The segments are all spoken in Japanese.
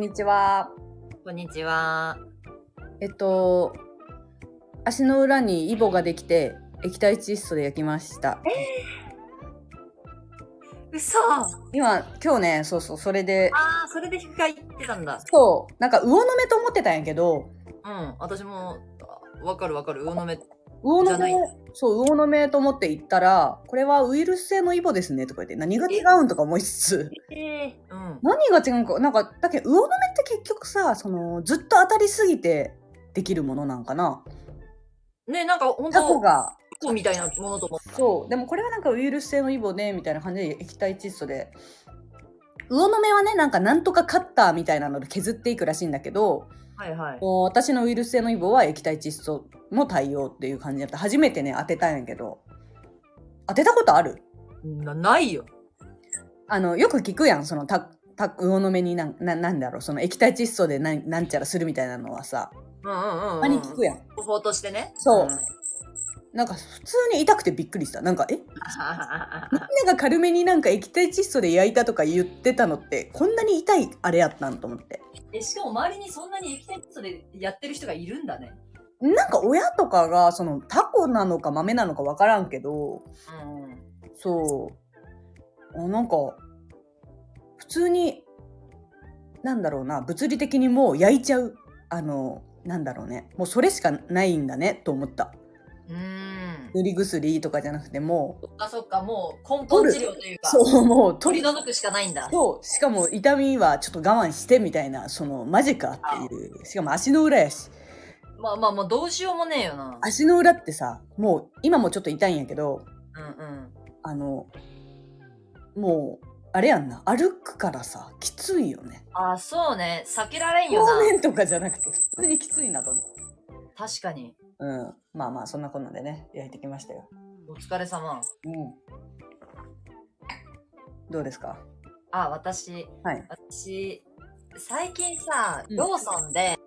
にちは。 こんにちは。 えっと、足の裏にイボができて、液体窒素で焼きました。 嘘。 今日ね、それで、 ああ、それで皮膚科行ってたんだ。 そう、なんか魚の目と思ってたんやけど、 うん、私も、わかる、魚の目。 魚のじゃない目、そう、魚の目と思って行ったら、これはウイルス性のイボですね、とか言って、何が違うんとか思いつつ、 うん。 何が違うんか、なんか、だけど魚の目って結局さ、ずっと当たりすぎてできるものなんかな。 ね、なんか本タコ当が、 タコみたいなものと思った。 そう、でもこれはなんかウイルス性のイボで、みたいな感じで液体窒素で、魚の目はね、なんとかカッターみたいなので削っていくらしいんだけど、 はいはい。 もう私のウイルス性のイボは液体窒素の対応っていう感じだった。初めてね、当てたんやけど。当てたことある？ ないよ。 よく聞くやん、魚の目になんだろう、その液体窒素でなんちゃらするみたいなのはさ、 うんうんうん、 たまに聞くやん。 方法としてね。 そう。なんか普通に痛くてびっくりした。なんか、みんなが軽めになんか液体窒素で焼いたとか言ってたのって、こんなに痛いあれやったんと思って。 しかも周りにそんなに液体窒素でやってる人がいるんだね。 なんか親とかが、タコなのか豆なのかわからんけど、そう。なんか、普通に、なんだろうな、物理的にもう焼いちゃう。なんだろうね。もうそれしかないんだね、と思った。塗り薬とかじゃなくてもそっか、もう根本治療というか。 そう、もう取り除くしかないんだ。 そう。しかも痛みはちょっと我慢してみたいな、マジかっていう。しかも足の裏やし。 まあどうしようもねえよな。 足の裏ってさ、もう今もちょっと痛いんやけど、もう、あれやんな、歩くからさ、きついよね。 あ、そうね。避けられんよな。 表面とかじゃなくて、普通にきついなと思う。 確かに。 まあまあ、そんなこんなでね、焼いてきましたよ。 お疲れ様。 どうですか？ 私、 はい。 私、最近さ、ローソンで、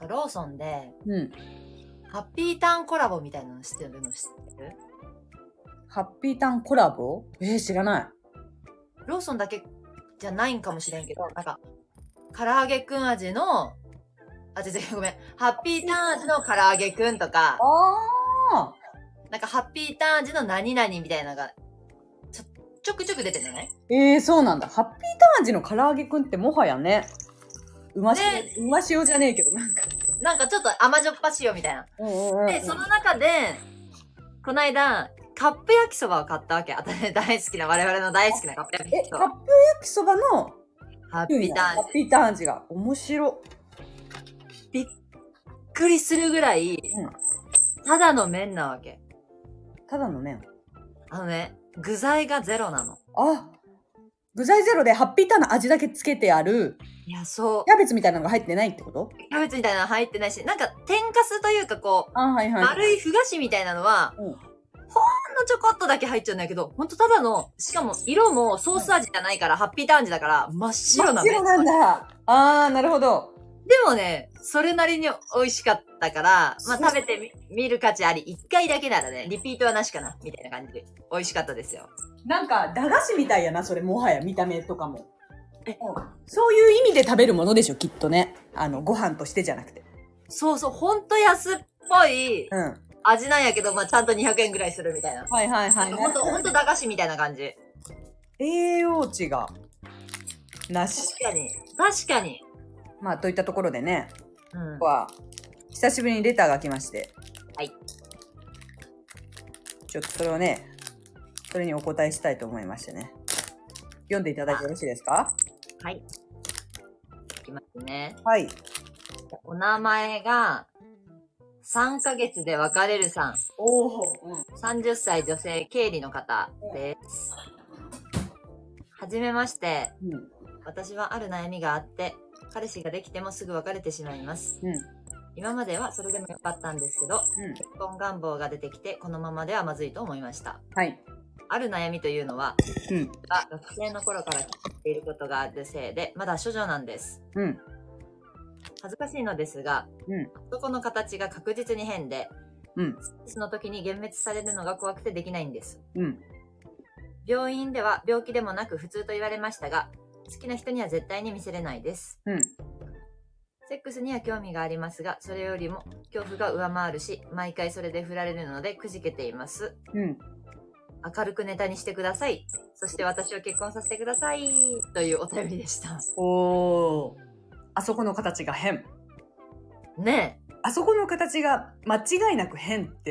ハッピーターンコラボみたいなの知ってる？ ハッピーターンコラボ？知らない。 ローソンだけじゃないんかもしれんけど、なんか、唐揚げくん味の、ごめん。ハッピーターン味の唐揚げくんとか、なんかハッピーターン味の何々みたいなのが、ちょくちょく出てるのね。 そうなんだ。ハッピーターン味の唐揚げくんってもはやね、うま塩じゃねえけど、 なんかちょっと甘じょっぱ塩みたいな。で、その中で、この間、カップ焼きそばを買ったわけ。我々の大好きなカップ焼きそば。 カップ焼きそばのハッピーターン味。 ハッピーターン味が面白。 びっくりするぐらい、ただの麺なわけ。 ただの麺？ 具材がゼロなの。 具材ゼロでハッピーターンの味だけつけてある。 いや、そう。 キャベツみたいなのが入ってないってこと？ キャベツみたいなの入ってないし、なんか天かすというか丸いふ菓子みたいなのは、ほんのちょこっとだけ入っちゃうんだけど、ほんとただの、しかも色もソース味じゃないから、ハッピーターン味だから真っ白な真っ白なんだ。なるほど。 でもね、それなりに美味しかったから、食べてみる価値あり、一回だけならね、リピートはなしかな、みたいな感じで、美味しかったですよ。 なんか、駄菓子みたいやな、それ、もはや見た目とかも。そういう意味で食べるものでしょ、きっとね。ご飯としてじゃなくて。 そうそう、ほんと安っぽい味なんやけど、ちゃんと200円ぐらいするみたいな。ほんと駄菓子みたいな感じ。 栄養値が、なし。 確かに。 といったところでね、久しぶりにレターが来まして。 はい。 ちょっとそれをね、それにお答えしたいと思いましてね。読んでいただいてよろしいですか？ はい。いきますね。 はい。 お名前が、3ヶ月で別れるさん。30歳女性経理の方です。はじめまして。私はある悩みがあって、彼氏ができてもすぐ別れてしまいます。今まではそれでもよかったんですけど、結婚願望が出てきて、このままではまずいと思いました。 はい。 ある悩みというのは、学生の頃から聞いていることがあるせいで、まだ処女なんです。恥ずかしいのですが、男の形が確実に変で、その時に幻滅されるのが怖くてできないんです。病院では病気でもなく普通と言われましたが、好きな人には絶対に見せれないです。 セックスには興味がありますが、それよりも恐怖が上回るし、毎回それで振られるのでくじけています。 うん。 明るくネタにしてください。そして私を結婚させてください。というお便りでした。 おー。あそこの形が変。 ねえ。 あそこの形が間違いなく変って。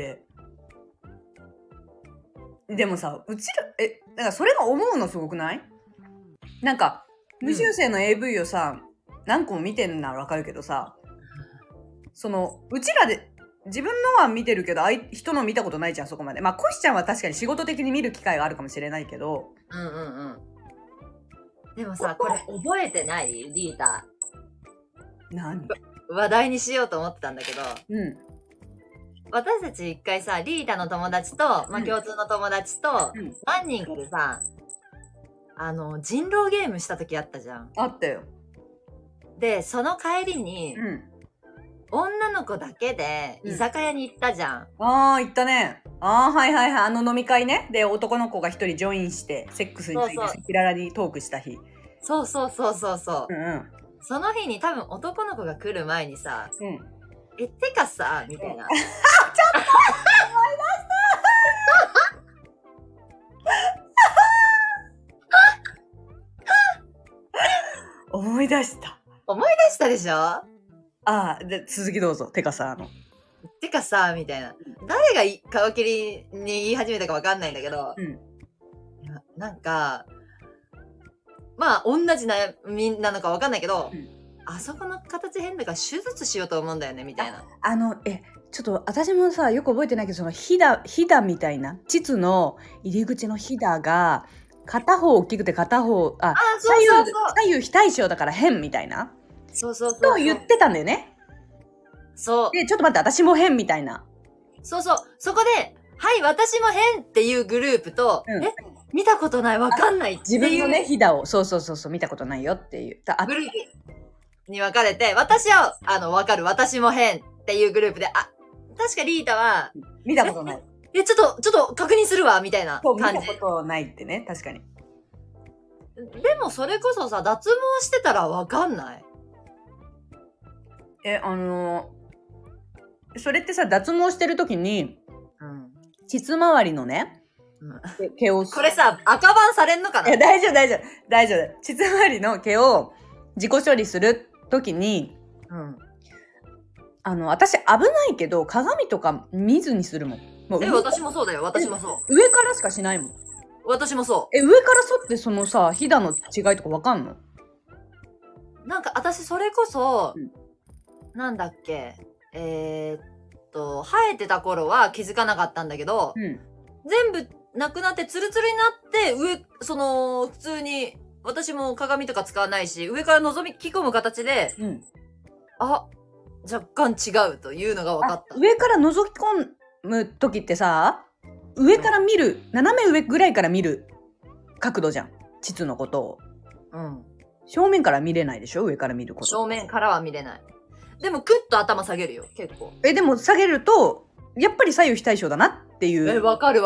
でもさ、うちら、だからそれが思うのすごくない？なんか、無修正の AV をさ、何個も見てんならわかるけどさ、うちらで、自分のは見てるけど、人の見たことないじゃん、そこまで。まあ、コシちゃんは確かに仕事的に見る機会があるかもしれないけど。 うんうんうん。でもさ、これ覚えてないリータ。 何？ 話題にしようと思ってたんだけど。 うん。 私たち一回さ、リータの友達と、まあ、共通の友達と、何人かでさ、人狼ゲームした時あったじゃん。 あったよ。 で、その帰りに、女の子だけで居酒屋に行ったじゃん。 ああ、行ったね。ああ、はいはいはい。飲み会ね。で、男の子が一人ジョインして、セックスについて赤裸々にトークした日。 そうそうそうそうそう。 うんうん。その日に多分男の子が来る前にさ、てかさ、みたいな。ちょっと思い出した。 思い出したでしょ？ ああ、で、続きどうぞ。てかさ、 てかさ、みたいな。誰が皮切りに言い始めたかわかんないんだけど、なんか、まあ、同じ悩みなのかわかんないけど、あそこの形変だから手術しようと思うんだよね、みたいな。 ちょっと私もさ、よく覚えてないけど、ひだみたいな、膣の入り口のひだが、片方大きくて片方、左右非対称だから変みたいな。 そうそうそう。 と言ってたんだよね。 そう。 で、ちょっと待って、私も変みたいな。 そうそう。そこで、はい、私も変っていうグループと、見たことない、わかんないっていう。 自分のね、ひだを、そう、見たことないよっていう。 グループに分かれて、私は、わかる、私も変っていうグループで、確かリータは、 見たことない。 ちょっと確認するわ、みたいな感じ。 見たことないってね、確かに。 でもそれこそさ、脱毛してたらわかんない？ それってさ、脱毛してるときに、膣周りのね、毛を。 これさ、赤バンされんのかな？ いや、大丈夫。膣周りの毛を自己処理するときに、私危ないけど、鏡とか見ずにするもん。 私もそうだよ、私もそう。 上からしかしないもん。 私もそう。 上から剃ってそのさ、ひだの違いとかわかんの？ なんか私それこそ、なんだっけ、生えてた頃は気づかなかったんだけど、全部なくなってツルツルになって、普通に、私も鏡とか使わないし、上から覗き込む形で、若干違うというのが分かった。 上から覗き込む時ってさ、上から見る、斜め上ぐらいから見る角度じゃん。膣のことを。正面から見れないでしょ？上から見ること。 正面からは見れない。でも、クッと頭下げるよ、結構。 でも下げると、やっぱり左右非対称だなっていう。 わかる。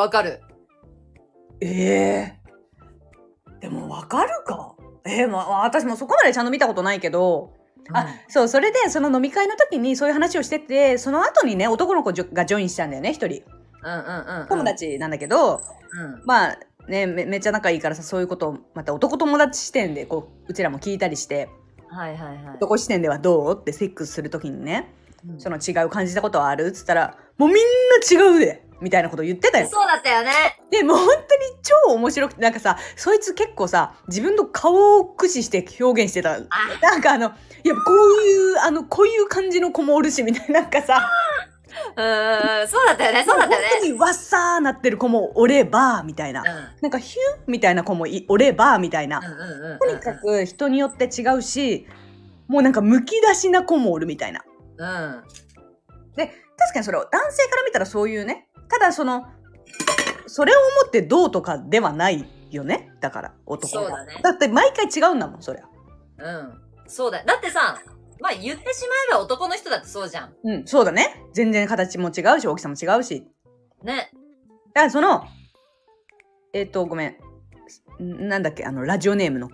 でもわかるか？私もそこまでちゃんと見たことないけど、そう、それで、その飲み会の時にそういう話をしてて、その後にね、男の子がジョインしたんだよね、一人。友達なんだけど、まあね、めっちゃ仲いいからさ、そういうことをまた男友達視点でうちらも聞いたりして、男視点ではどうってセックスする時にね、その違いを感じたことはあるっつったら、もうみんな違うでみたいなこと言ってたよ。 そうだったよね。 で、もう本当に超面白くて、なんかさ、そいつ結構さ、自分の顔を駆使して表現してた。なんかいや、こういう感じの子もおるし、みたいな、なんかさ。 そうだったよね。本当にわっさーなってる子もおれば、みたいな。なんかヒューみたいな子もおれば、みたいな。とにかく人によって違うし、もうなんかむき出しな子もおるみたいな。で、確かにそれを男性から見たらそういうね。ただそれを思ってどうとかではないよね。だから男が。そうだね。だって毎回違うんだもん、そりゃ。 そうだ。だってさ、まあ言ってしまえば男の人だってそうじゃん。 そうだね。全然形も違うし、大きさも違うし。 ね。 だからごめん。なんだっけ、ラジオネームの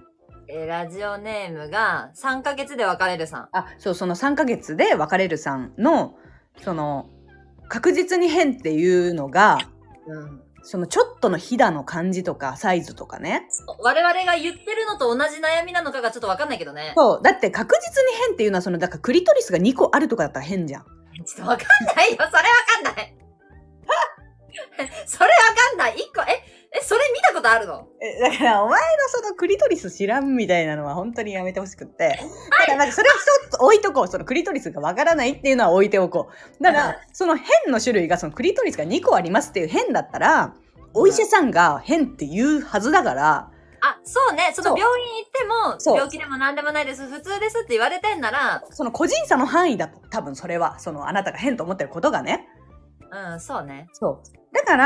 ラジオネームが3ヶ月で別れるさん。 あ、そう、その3ヶ月で別れるさんの、その、確実に変っていうのが、 うん。 そのちょっとのひだの感じとかサイズとかね。 我々が言ってるのと同じ悩みなのかがちょっとわかんないけどね。 そう。だって確実に変っていうのは、その、だからクリトリスが2個あるとかだったら変じゃん。 ちょっとわかんないよ。それわかんない。それわかんない。1個、それ見たことあるの？ だからお前のそのクリトリス知らんみたいなのは本当にやめてほしくって。だからなんかそれ一つ置いとこう。そのクリトリスがわからないっていうのは置いておこう。だからその変の種類がそのクリトリスが2個ありますっていう変だったら、お医者さんが変って言うはずだから。 あ、そうね。その病院行っても、病気でも何でもないです。普通ですって言われてんなら。 その個人差の範囲だと。多分それは。そのあなたが変と思ってることがね。 うん、そうね。 そう。だから、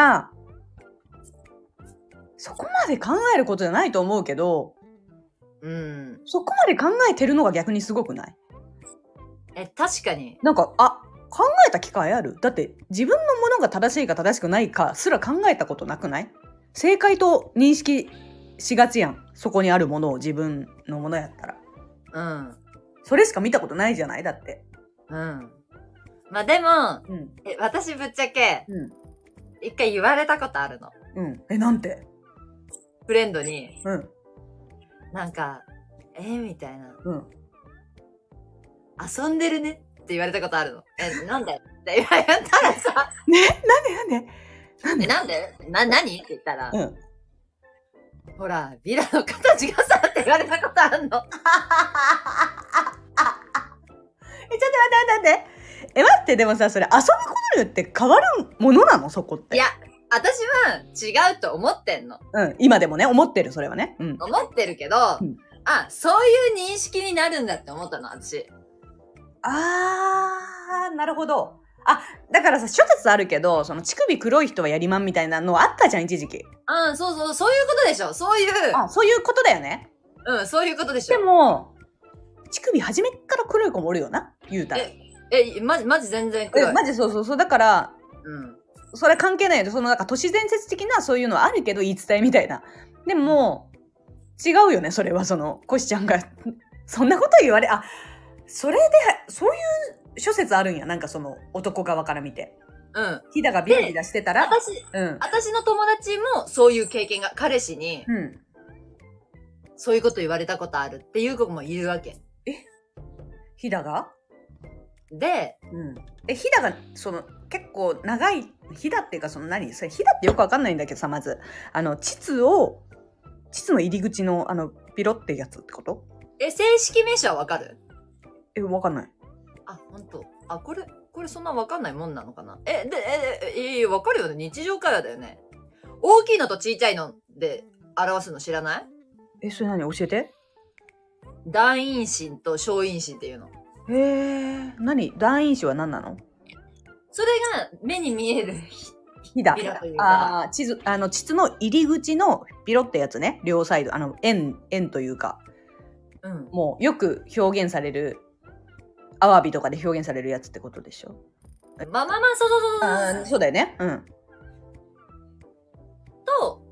そこまで考えることじゃないと思うけど、 うん。 そこまで考えてるのが逆にすごくない？ 確かに。 なんか、考えた機会ある？だって自分のものが正しいか正しくないかすら考えたことなくない？正解と認識しがちやん。そこにあるものを自分のものやったら。 うん。 それしか見たことないじゃない？だって。 うん。まあでも、うん、私ぶっちゃけ、一回言われたことあるの。 うん。なんて？ フレンドに、 うん。 なんか、みたいな。 うん。 遊んでるねって言われたことあるの。なんでって言われたらさ、なんで何って言ったら、ほら、ビラの形がさって言われたことあるの。ちょっと待って待って、でもさ、それ遊ぶことによって変わるものなの？そこって。 いや、私は違うと思ってんの。 今でもね、思ってる、それはね。 思ってるけど、そういう認識になるんだって思ったの、私。 なるほど。だからさ、諸説あるけど、その乳首黒い人はやりまんみたいなのあったじゃん、一時期。 そういうことでしょ。そういう。 そういうことだよね。 そういうことでしょ。 でも、乳首初めから黒い子もおるよな、言うたら。 マジ全然黒い。 マジそう。だから、それ関係ないよ。そのなんか都市伝説的なそういうのはあるけど言い伝えみたいな。でも、違うよね、それは。その、コシちゃんが、そんなこと言われ、それで、そういう諸説あるんや。なんかその、男側から見て。ひだがビラビラしてたら。 私の友達もそういう経験が、彼氏に、そういうこと言われたことあるっていう子もいるわけ。 ひだがで、 ひだが、その、結構長い、ひだっていうか、そのそれひだってよくわかんないんだけどさ、まず。膣の入り口の、ピロってやつってこと？ 正式名称はわかる？ わかんない。 ほんと。これそんなわかんないもんなのかな？わかるよね。日常会話だよね。大きいのと小さいので表すの知らない？ それ何？教えて。 大陰唇と小陰唇っていうの。 何？大陰唇は何なの？ それが目に見えるひだ。膣の入り口のピロってやつね。両サイド。円というか。もうよく表現される、アワビとかで表現されるやつってことでしょ？ そう。 そうだよね。 と、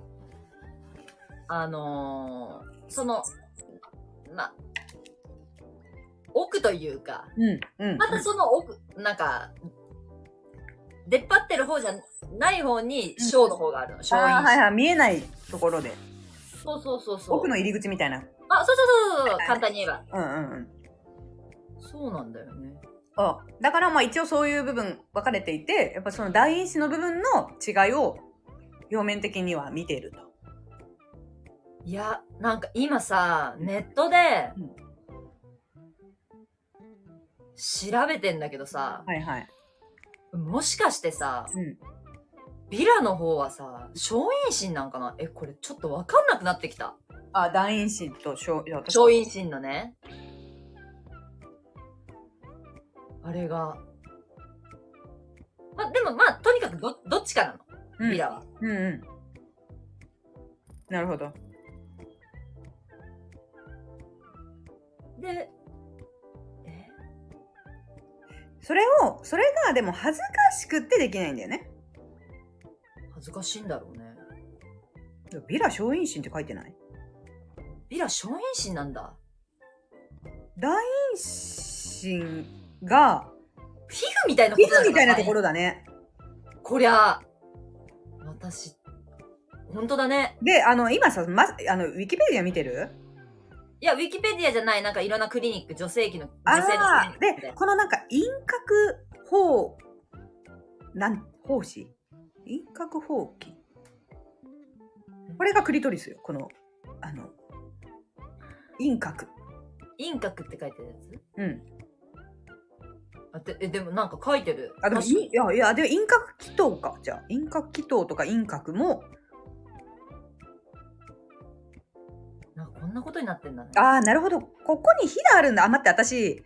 その、奥というか、またその奥、なんか、出っ張ってる方じゃない方に小の方があるの。小陰見えないところで。 そう。 奥の入り口みたいな。 そう。簡単に言えば。そうなんだよね。 だから一応そういう部分分かれていて、やっぱその大陰唇の部分の違いを表面的には見ていると。 いや、なんか今さ、ネットで、調べてんだけどさ、もしかしてさ、ビラの方はさ、小陰唇なんかな？これちょっとわかんなくなってきた。 大陰唇と小陰唇のね。あれが。でもとにかくどっちかなの。ビラは。 なるほど。 で、 それがでも恥ずかしくってできないんだよね。 恥ずかしいんだろうね。 ビラ小陰唇って書いてない？ ビラ小陰唇なんだ。 大陰唇が、 皮膚みたいな皮膚みたいなところだね。 こりゃ、私、本当だね。 で、今さ、ウィキペディア見てる？ いや、ウィキペディアじゃない、なんかいろんなクリニック、女性のクリニックで、このなんか陰核包子陰核包器。これがクリトリスよ、この、陰核。 陰核って書いてるやつ？ うん。 でもなんか書いてる。 でもで陰核気筒か。じゃあ、陰核気筒とか陰核も。 なんかこんなことになってんだね。 なるほど。ここにひだあるんだ。待って、私、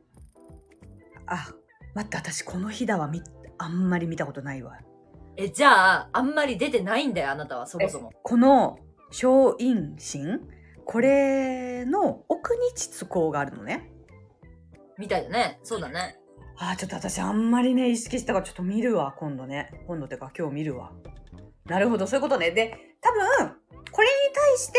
このひだはあんまり見たことないわ。 じゃあ、あんまり出てないんだよ、あなたは、そもそも。 この、小陰唇、これの奥に膣口があるのね。 みたいだね。そうだね。 ちょっと私あんまりね、意識したからちょっと見るわ、今度ね。今度ってか今日見るわ。なるほど、そういうことね。で、多分、これに対して、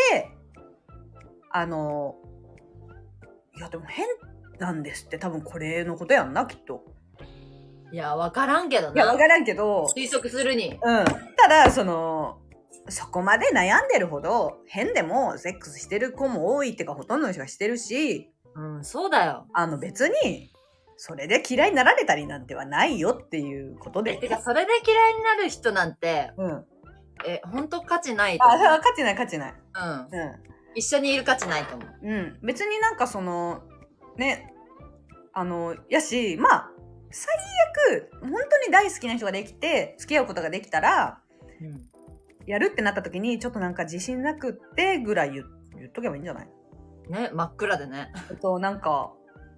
いやでも変なんですって、多分これのことやんな、きっと。 いや、わからんけどな。 いや、わからんけど。 推測するに。 うん。ただ、そこまで悩んでるほど、変でもセックスしてる子も多いっていうか、ほとんどの人がしてるし、 うん、そうだよ。 別に、それで嫌いになられたりなんてはないよっていうことで。 てか、それで嫌いになる人なんて、 うん。 ほんと価値ないと思う。 価値ない。 うん。一緒にいる価値ないと思う。 うん。別になんかね、やし、まあ、最悪、本当に大好きな人ができて、付き合うことができたら、やるってなった時に、ちょっとなんか自信なくってぐらい言っとけばいいんじゃない？ ね、真っ暗でね。 なんか、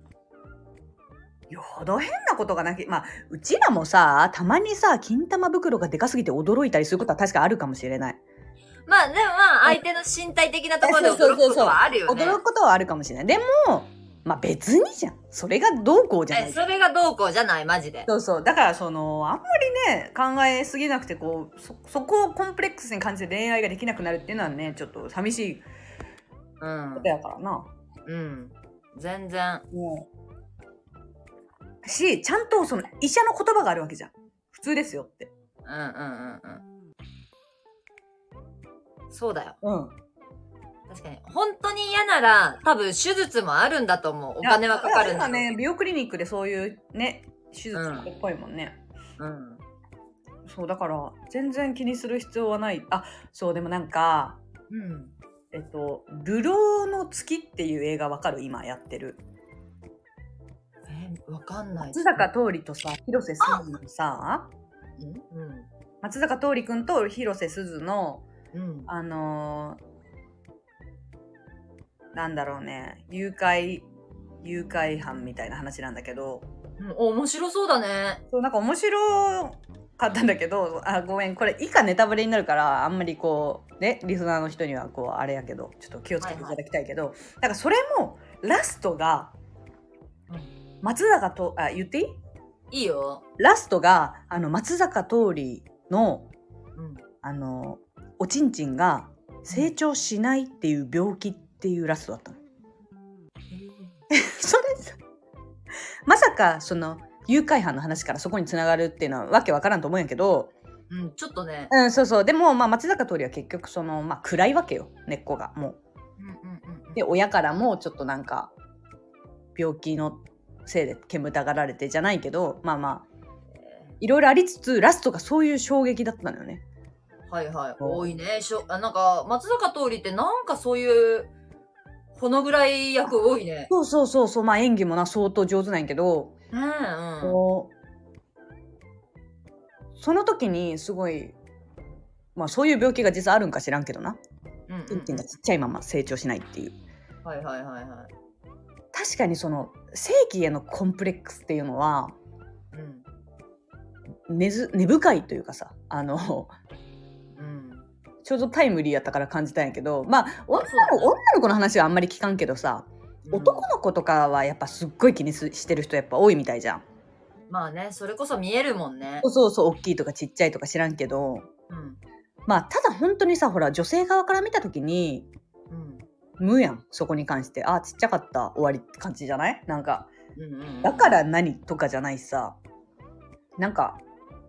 よほど変なことがなきゃ、まあ、うちらもさ、たまにさ、金玉袋がでかすぎて驚いたりすることは確かあるかもしれない。 まあ、でも相手の身体的なところで驚くことはあるよね。 驚くことはあるかもしれない。でも、まあ別にじゃん。それがどうこうじゃない。 それがどうこうじゃない、マジで。 そう。だからあんまりね、考えすぎなくて、そこをコンプレックスに感じて恋愛ができなくなるっていうのはね、ちょっと寂しいことやからな。 うん。全然。 ちゃんと医者の言葉があるわけじゃん。普通ですよって。 そうだよ。 うん。 確かに。本当に嫌なら、多分手術もあるんだと思う。お金はかかるんだ。 今ね、美容クリニックでそういうね、手術っぽいもんね。そう、だから、全然気にする必要はない。そう、でもなんか、流浪の月っていう映画わかる？今やってる。 わかんない。 松坂桃李とさ、広瀬すずのさ、松坂桃李くんと広瀬すずの、なんだろうね、誘拐犯みたいな話なんだけど。 面白そうだね。 そう、なんか面白かったんだけど、ごめん、これ以下ネタバレになるから、あんまりね、リスナーの人にはあれやけど、ちょっと気をつけていただきたいけど、だからそれも、ラストが、松坂と、言っていい？ いいよ。 ラストが、松坂桃李の、おちんちんが成長しないっていう病気っていうラストだったの。それまさか誘拐犯の話からそこに繋がるっていうのはわけわからんと思うんやけど、 ちょっとね。 そう。でも、松坂桃李は結局暗いわけよ、根っこがもう。で、親からもちょっとなんか病気のせいで煙たがられてじゃないけど、いろいろありつつ、ラストがそういう衝撃だったのよね。 多いね。なんか、松坂桃李ってなんかそういう、このぐらい役多いね。 そう。演技も相当上手なんやけど、その時にすごい、そういう病気が実はあるんか知らんけどな。ちんちんがちっちゃいまま成長しないっていう。確かに正規へのコンプレックスっていうのは、根深いというかさ、ちょうどタイムリーやったから感じたんやけど、女の子の話はあんまり聞かんけどさ、男の子とかはやっぱすっごい気にしてる人やっぱ多いみたいじゃん。 まあね、それこそ見えるもんね。 そう、大きいとかちっちゃいとか知らんけど、ただ本当にさ、ほら、女性側から見たときに、 無やん、そこに関して。あ、ちっちゃかった、終わりって感じじゃない？なんか、だから何とかじゃないしさ。なんか、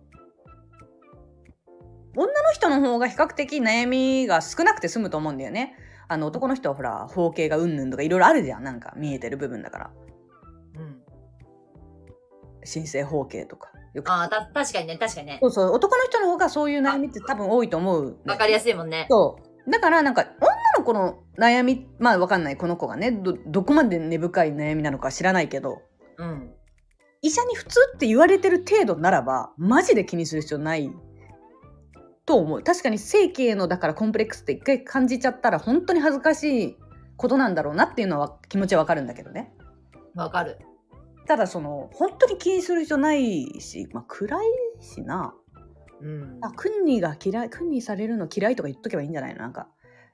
女の人の方が比較的悩みが少なくて済むと思うんだよね。男の人はほら、包茎がうんぬんとかいろいろあるじゃん。なんか見えてる部分だから。うん。新生包茎とか。 よく確かにね、確かにね。 そうそう。男の人の方がそういう悩みって多分多いと思う、ね。 わかりやすいもんね。 そう。だからなんか、女の子の悩み、まあわかんない。この子がね、どこまで根深い悩みなのか知らないけど。うん。医者に普通って言われてる程度ならば、マジで気にする必要ないと思う。確かに性器へのだからコンプレックスって一回感じちゃったら本当に恥ずかしいことなんだろうなっていうのは気持ちはわかるんだけどね。 わかる。 ただ本当に気にする必要ないし、まあ暗いしな。うん。クンニーされるの嫌いとか言っとけばいいんじゃないの？なんか。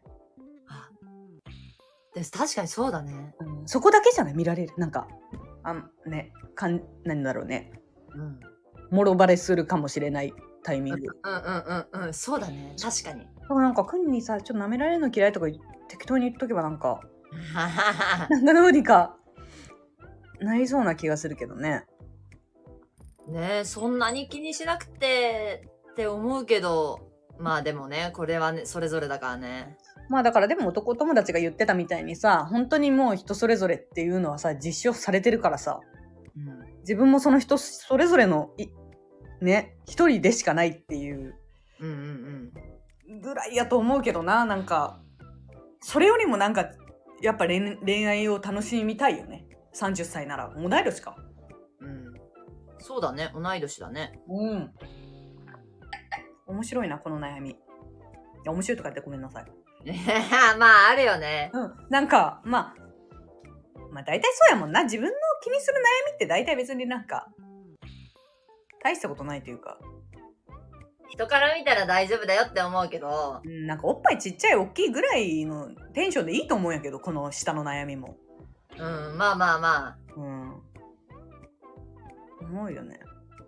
確かにそうだね。 うん、そこだけじゃない見られる。なんか、なんだろうね。うん。もろバレするかもしれないタイミング。 うん。そうだね。確かに。 なんか、クンにさ、ちょっと舐められるの嫌いとか適当に言っとけばなんか、なんかどうにかなりそうな気がするけどね。 ねえ、そんなに気にしなくてって思うけど、まあでもね、これはね、それぞれだからね。 まあだからでも男友達が言ってたみたいにさ、本当にもう人それぞれっていうのはさ、実証されてるからさ、うん、自分もその人それぞれのね、一人でしかないっていうぐらいやと思うけどな。なんかそれよりもなんかやっぱ恋愛を楽しみたいよね。30歳なら同い年か。 うん、そうだね、同い年だね。うん。 面白いなこの悩み。いや面白いとか言ってごめんなさい。 まああるよね。 うん、なんかまあ大体そうやもんな。自分の気にする悩みって大体別になんか大したことないというか。 人から見たら大丈夫だよって思うけど。 なんかおっぱいちっちゃい大きいぐらいのテンションでいいと思うんやけど、この下の悩みも。 うん、まあ。うん。 思うよね。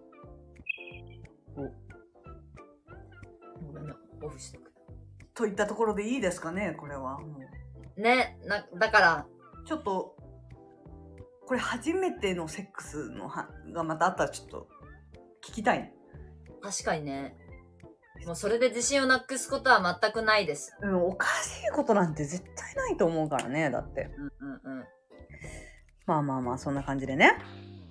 オフしとく。 といったところでいいですかね、これは。 ね、だから。 ちょっと、これ初めてのセックスのがまたあったらちょっと聞きたい。 確かにね。もうそれで自信をなくすことは全くないです。 うん、おかしいことなんて絶対ないと思うからね、だって。まあ、そんな感じでね。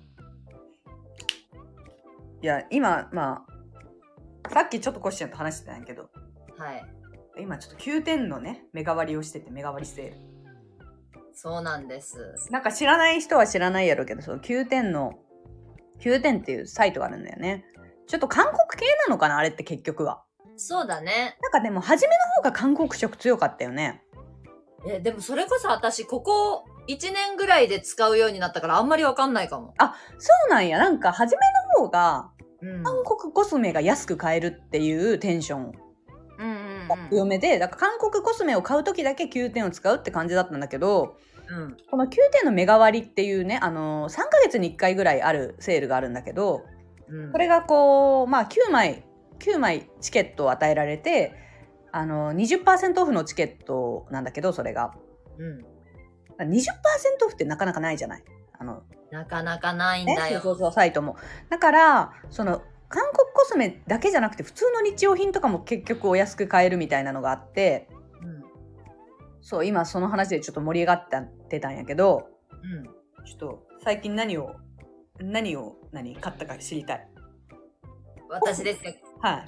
いや、今、さっきちょっとコッシーンと話してたんやけど。はい。今ちょっと9点のね、メガ割りをしてて、メガ割りセール。 そうなんです。 なんか知らない人は知らないやろうけど、その9点っていうサイトがあるんだよね。ちょっと韓国系なのかなあれって結局は。 そうだね。 なんかでも初めの方が韓国色強かったよね。 でもそれこそ私ここ1年ぐらいで使うようになったからあんまりわかんないかも。 あ、そうなんや。なんか初めの方が、韓国コスメが安く買えるっていうテンションが強めで、だから韓国コスメを買う時だけ9点を使うって感じだったんだけど、この9点のメガ割りっていうね、3ヶ月に1回ぐらいあるセールがあるんだけど、これがこう、9枚チケットを与えられて、20% オフのチケットなんだけど、それが。20% オフってなかなかないじゃない。 なかなかないんだよ。 そう、サイトも。だから、韓国コスメだけじゃなくて、普通の日用品とかも結局お安く買えるみたいなのがあって、そう、今その話でちょっと盛り上がってたんやけど、ちょっと最近何を買ったか知りたい。 私ですよ。 はい。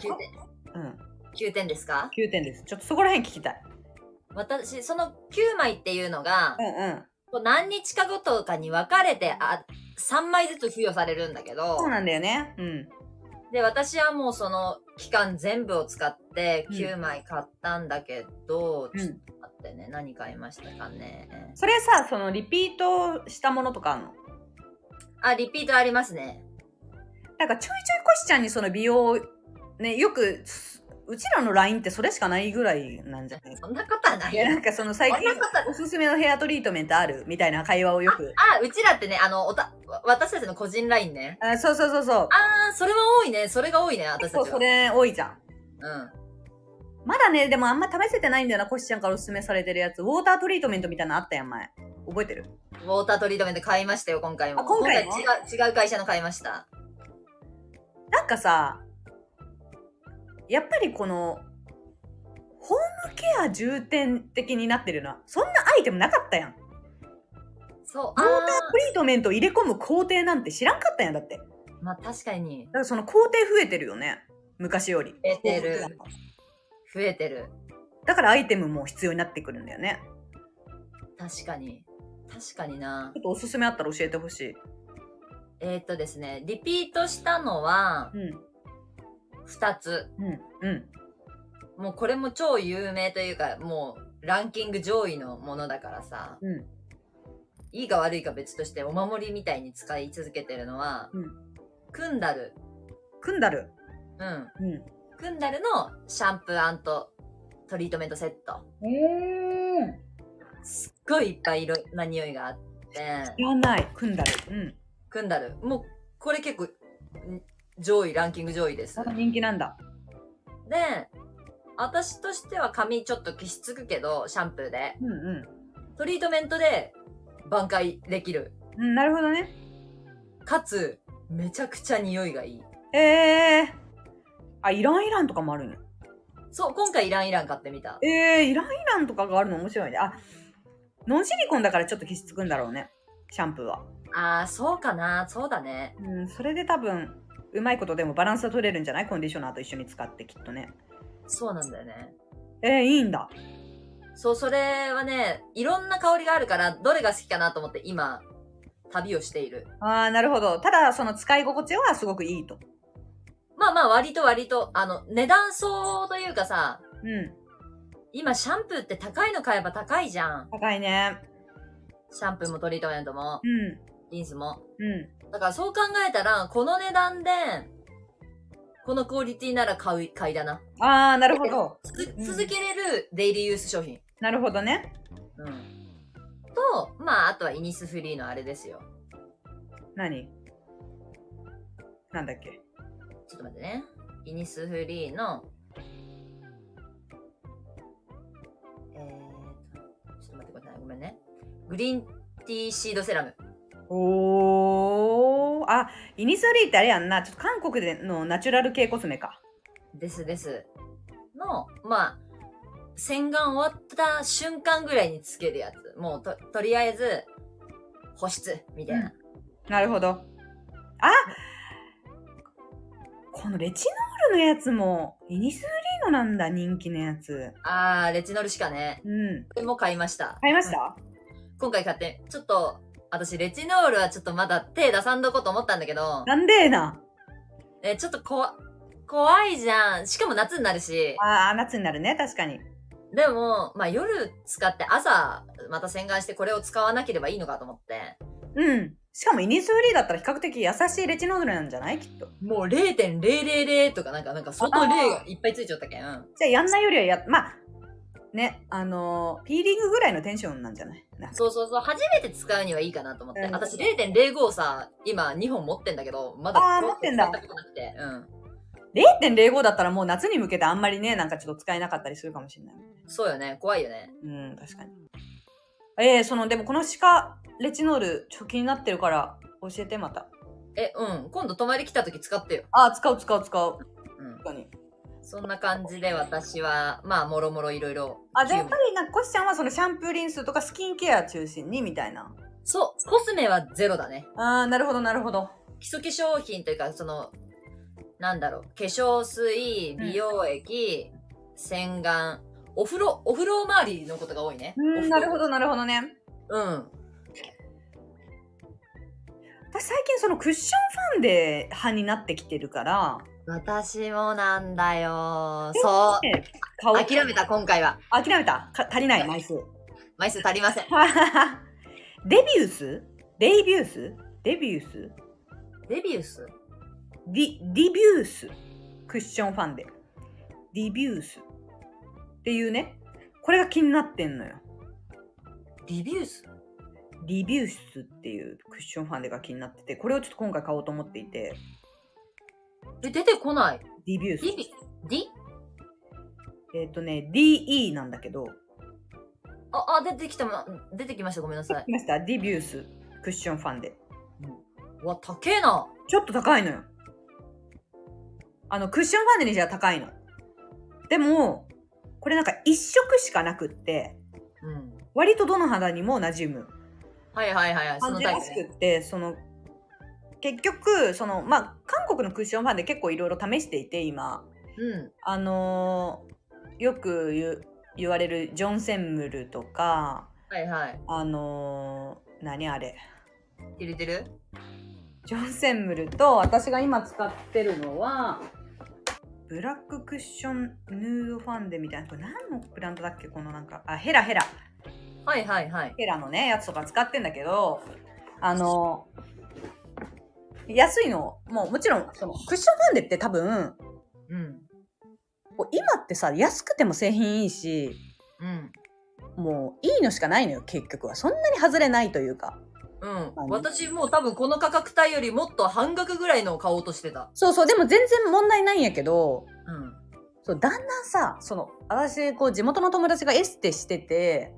9点ですか？ 9 点です。ちょっとそこら辺聞きたい。 私、その9枚っていうのが、何日かごとかに分かれて、3枚ずつ付与されるんだけど。 そうなんだよね。 で、私はもうその期間全部を使って9枚買ったんだけど、ちょっと待ってね、何買いましたかね。 それさ、リピートしたものとかあるの？ リピートありますね。 なんかちょいちょいコシちゃんにその美容、ね、よく、うちらの LINE ってそれしかないぐらいなんじゃない？ そんなことはない。 いや、なんか最近おすすめのヘアトリートメントあるみたいな会話をよく。 うちらってね、私たちの個人 LINE ね。 そう。 それは多いね。それが多いね、私たちは。 そう、それ多いじゃん。 まだね、でもあんま試せてないんだよな、コシちゃんからおすすめされてるやつ。ウォータートリートメントみたいなのあったやん、前。覚えてる？ ウォータートリートメント買いましたよ、今回も。 今回違う会社の買いました。 なんかさ、やっぱりこの、ホームケア重点的になってるな。そんなアイテムなかったやん。 そう。 ウォータートリートメントを入れ込む工程なんて知らんかったやん、だって。 まあ確かに。 だからその工程増えてるよね。昔より。 増えてる。増えてる。 だからアイテムも必要になってくるんだよね。 確かに。確かにな。 ちょっとおすすめあったら教えてほしい。 ですね、リピートしたのは、2つ。もうこれも超有名というか、もうランキング上位のものだからさ、いいか悪いか別としてお守りみたいに使い続けてるのは、クンダル。 クンダル。 クンダルのシャンプー&トリートメントセット。すっごいいっぱいいろんな匂いがあって。 知らない。クンダル。 クンダル。もう、これ結構、上位、ランキング上位です。 人気なんだ。 で、私としては髪ちょっときしつくけど、シャンプーで。トリートメントで挽回できる。 なるほどね。 かつ、めちゃくちゃ匂いがいい。 イランイランとかもあるんや。 そう、今回イランイラン買ってみた。 イランイランとかがあるの面白いね。ノンシリコンだからちょっときしつくんだろうね。シャンプーは。 そうかな。そうだね。 それで多分、うまいことでもバランスは取れるんじゃない？コンディショナーと一緒に使ってきっとね。 そうなんだよね。 いいんだ。 そう、それはね、いろんな香りがあるから、どれが好きかなと思って今、旅をしている。 なるほど。ただ、その使い心地はすごくいいと。 まあ割と、値段相というかさ、今シャンプーって高いの買えば高いじゃん。 高いね。 シャンプーもトリートメントも、リンスも。だからそう考えたら、この値段で、このクオリティなら買いだな。 なるほど。 続けれるデイリーユース商品。 なるほどね。 と、あとはイニスフリーのあれですよ。 何？なんだっけ？ ちょっと待ってね。イニスフリーの、ちょっと待ってください。ごめんね。グリーンティーシードセラム。 イニスフリーってあれやんな。ちょっと韓国でのナチュラル系コスメか。 です。の、洗顔終わった瞬間ぐらいにつけるやつ。もうとりあえず、保湿、みたいな。 なるほど。このレチノールのやつも、イニスフリーのなんだ、人気のやつ。 レチノールしかね。これも買いました。 買いました？ 今回買って、ちょっと、私、レチノールはちょっとまだ手出さんどこと思ったんだけど。 なんでな。 ちょっと怖いじゃん。しかも夏になるし。 夏になるね、確かに。 でも、夜使って朝、また洗顔してこれを使わなければいいのかと思って。 しかもイニスフリーだったら比較的優しいレチノールなんじゃない？きっと。 もう 0.000 とかなんか相当0がいっぱいついちゃったけん。 じゃあやんないよりはね、ピーリングぐらいのテンションなんじゃない？ そう。初めて使うにはいいかなと思って。私 0.05 さ、今2本持ってんだけど、まだ持ってんだ。 使ったことなくて。 0.05 だったらもう夏に向けてあんまりね、なんかちょっと使えなかったりするかもしれない。 そうよね。怖いよね。 確かに。でもこのレチノール、ちょっと気になってるから教えてまた。 今度泊まり来た時使ってよ。 使う。確かに。 そんな感じで私は、もろもろいろいろ。 じゃあやっぱりコシちゃんはそのシャンプーリンスとかスキンケア中心にみたいな。 そう、コスメはゼロだね。 なるほど。 基礎化粧品というか、化粧水、美容液、洗顔、お風呂周りのことが多いね。 なるほどね。私最近そのクッションファンデ派になってきてるから。 私もなんだよ。そう。諦めた、今回は。 諦めた？足りない、枚数。 枚数足りません。 デビュースクッションファンデ。デビュースっていうね。これが気になってんのよ。 リビュースっていうクッションファンデが気になってて、これをちょっと今回買おうと思っていて。 出てこない。 デビュース。 DE なんだけど。 出てきました。ごめんなさい。 来ました。ディビュースクッションファンデ。 うわ、高えな。 ちょっと高いのよ。クッションファンデにじゃ高いの。でも、これなんか一色しかなくって、割とどの肌にも馴染む。 はいはいはいはい。 感じらしくって、結局、韓国のクッションファンデ結構いろいろ試していて、今。よく言われるジョンセンムルとか、 はいはい。 何あれ。 てるてる？ ジョンセンムルと、私が今使ってるのは、ブラッククッションヌードファンデみたいな。これ何のブランドだっけ？このなんか、ヘラ。 はいはいはい。 ヘラのね、やつとか使ってんだけど、安いの、もちろん、クッションファンデって多分、今ってさ、安くても製品いいし、もういいのしかないのよ、結局は。そんなに外れないというか。 私もう多分この価格帯よりもっと半額ぐらいのを買おうとしてた。 そう、でも全然問題ないんやけど、だんだんさ、私、地元の友達がエステしてて、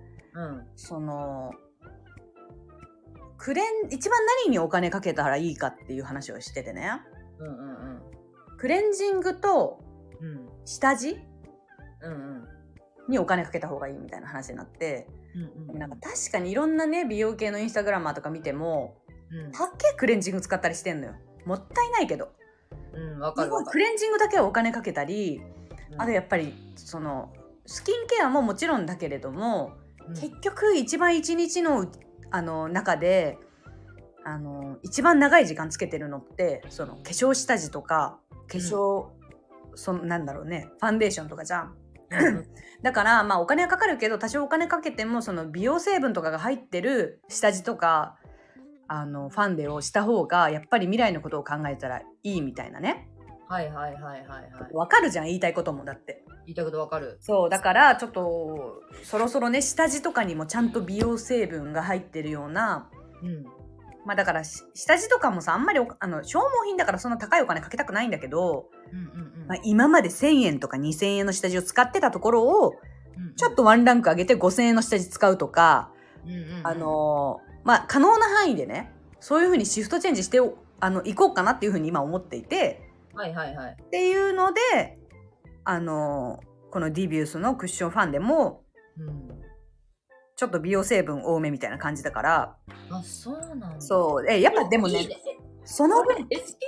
一番何にお金かけたらいいかっていう話をしててね。クレンジングと下地、にお金かけた方がいいみたいな話になって、なんか確かにいろんなね美容系のインスタグラマーとか見ても、たっけクレンジング使ったりしてんのよ。もったいないけど、 わかる。 クレンジングだけはお金かけたり、あとやっぱりスキンケアももちろんだけれども、結局一番一日の中で一番長い時間つけてるのって化粧下地とか化粧、なんだろうね、ファンデーションとかじゃん。だからお金はかかるけど、多少お金かけても美容成分とかが入ってる下地とかファンデをした方がやっぱり未来のことを考えたらいいみたいなね。わかるじゃん、言いたいことも。だって言いたいことわかる。 そうだからちょっとそろそろね、下地とかにもちゃんと美容成分が入ってるような、だから下地とかもさ、あんまり消耗品だからそんな高いお金かけたくないんだけど、今まで1000円とか2000円の下地を使ってたところを、ちょっとワンランク上げて5000円の下地使うとか、可能な範囲でね、そういう風にシフトチェンジしていこうかなっていう風に今思っていて、っていうのでこのディビュースのクッションファンデも、ちょっと美容成分多めみたいな感じだから。 そうなんだ。 そう。やっぱでもね、その分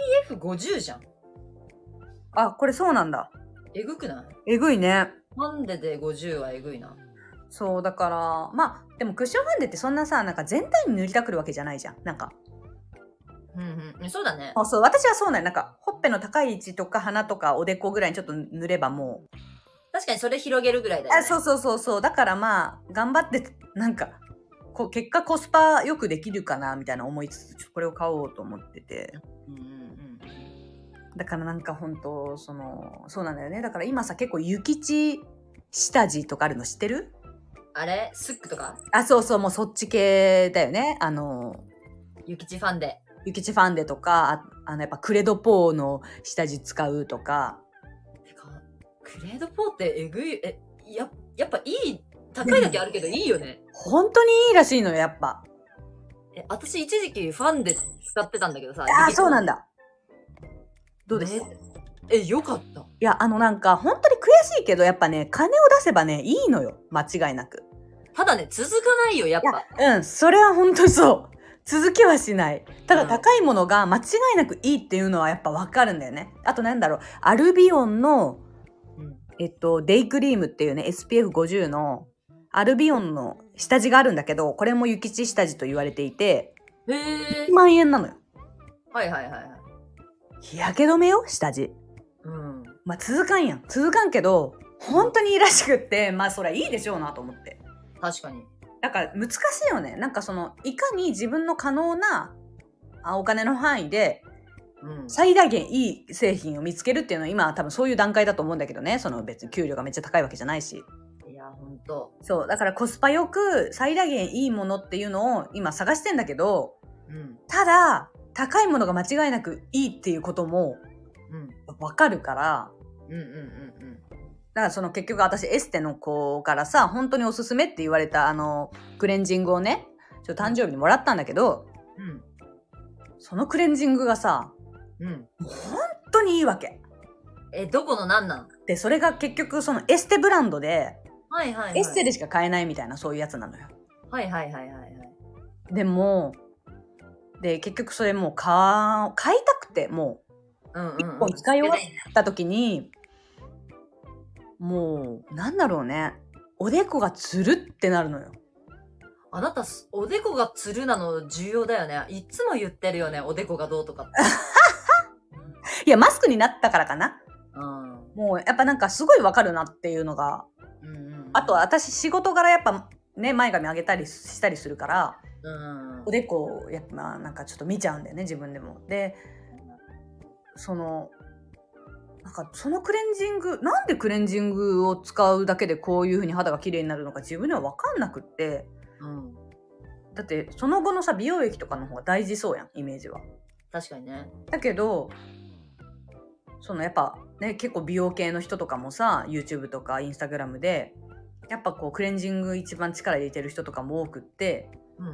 SPF50 じゃん。 これそうなんだ。 えぐくない？ えぐいね。 ファンデで50はえぐいな。 そうだからでもクッションファンデってそんなさ、なんか全体に塗りたくるわけじゃないじゃん。なんかそうだね。 そう、私はそうなん。なんかほっぺの高い位置とか鼻とかおでこぐらいにちょっと塗ればもう、 確かにそれ広げるぐらいだよね。 そうだから頑張ってなんか結果コスパよくできるかなみたいな思いつつ、これを買おうと思ってて、だからなんか本当そうなんだよね。だから今さ、結構諭吉下地とかあるの知ってる？ あれスックとか？ そう、もうそっち系だよね。 諭吉ファンデ。 諭吉ファンデとか、やっぱクレドポーの下地使うとか。 クレドポーってえぐい、やっぱいい、高いだけあるけどいいよね。 本当にいいらしいのよ、やっぱ。 私一時期ファンデ使ってたんだけどさ。 そうなんだ。どうですか？ よかった。いや、なんか本当に悔しいけど、やっぱね、金を出せばね、いいのよ、間違いなく。 ただね、続かないよ、やっぱ。それは本当にそう。続きはしない。ただ高いものが間違いなくいいっていうのはやっぱ分かるんだよね。あとなんだろう、アルビオンのデイクリームっていうね、SPF50 のアルビオンの下地があるんだけど、これも諭吉下地と言われていて、1万円なのよ。日焼け止めよ、下地。続かんやん。続かんけど、本当にいいらしくって、そりゃいいでしょうなと思って。 確かに。 だから難しいよね。なんかいかに自分の可能なお金の範囲で、最大限いい製品を見つけるっていうのは今は多分そういう段階だと思うんだけどね。別に給料がめっちゃ高いわけじゃないし。 いや、ほんと。 そう。だからコスパよく最大限いいものっていうのを今探してんだけど、ただ、高いものが間違いなくいいっていうことも、わかるから、 からその結局私エステの子からさ、本当におすすめって言われたクレンジングをね、誕生日にもらったんだけど、うん、そのクレンジングがさ、うん、本当にいいわけ。 どこの何なんで、それが結局そのエステブランドで、 はいはいはい、 エステでしか買えないみたいなそういうやつなのよ。 はいはいはいはいはい。 でも、で、結局それもう買いたくて、もう、一本使い終わった時に、もう、なんだろうね。おでこがつるってなるのよ。 あなた、おでこがつるなの重要だよね。いつも言ってるよね、おでこがどうとかって。 いや、マスクになったからかな。 うん、 もう、やっぱなんかすごいわかるなっていうのが。うんうん、あと、私仕事柄やっぱね、前髪上げたりしたりするから、うん、おでこをやっぱなんかちょっと見ちゃうんだよね、自分でも。で、なんかそのクレンジング、なんでクレンジングを使うだけでこういう風に肌が綺麗になるのか自分では分かんなくって、うん、だってその後のさ、美容液とかの方が大事そうやん、イメージは。 確かにね。 だけど、やっぱね、結構美容系の人とかもさ、YouTube とか Instagram で、やっぱこうクレンジング一番力入れてる人とかも多くって、うん。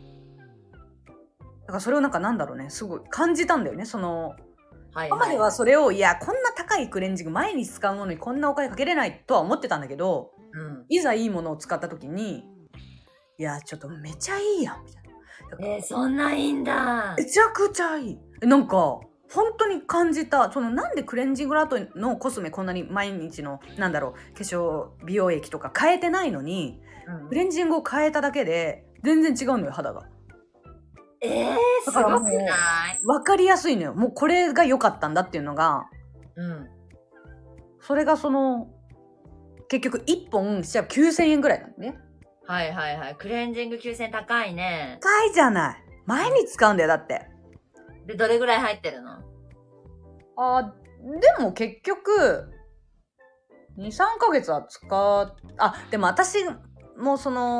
だからそれをなんだろうね、すごい感じたんだよね、今まではそれを、いや、こんな高いクレンジング毎日使うものにこんなお金かけれないとは思ってたんだけど、うん、いざいいものを使った時に、いや、ちょっとめちゃいいやん、みたいな。そんないいんだ。 めちゃくちゃいい。なんか、本当に感じた。なんでクレンジングの後のコスメこんなに毎日の、化粧、美容液とか変えてないのに、うん、クレンジングを変えただけで、全然違うのよ、肌が。 すごくない？ わかりやすいのよ。もうこれが良かったんだっていうのが、うん。それが結局1本しちゃ9000円ぐらいなんね。 はいはいはい。クレンジング9000円高いね。 高いじゃない。毎日使うんだよ、だって。 で、どれぐらい入ってるの？ でも結局、2、3ヶ月はでも私も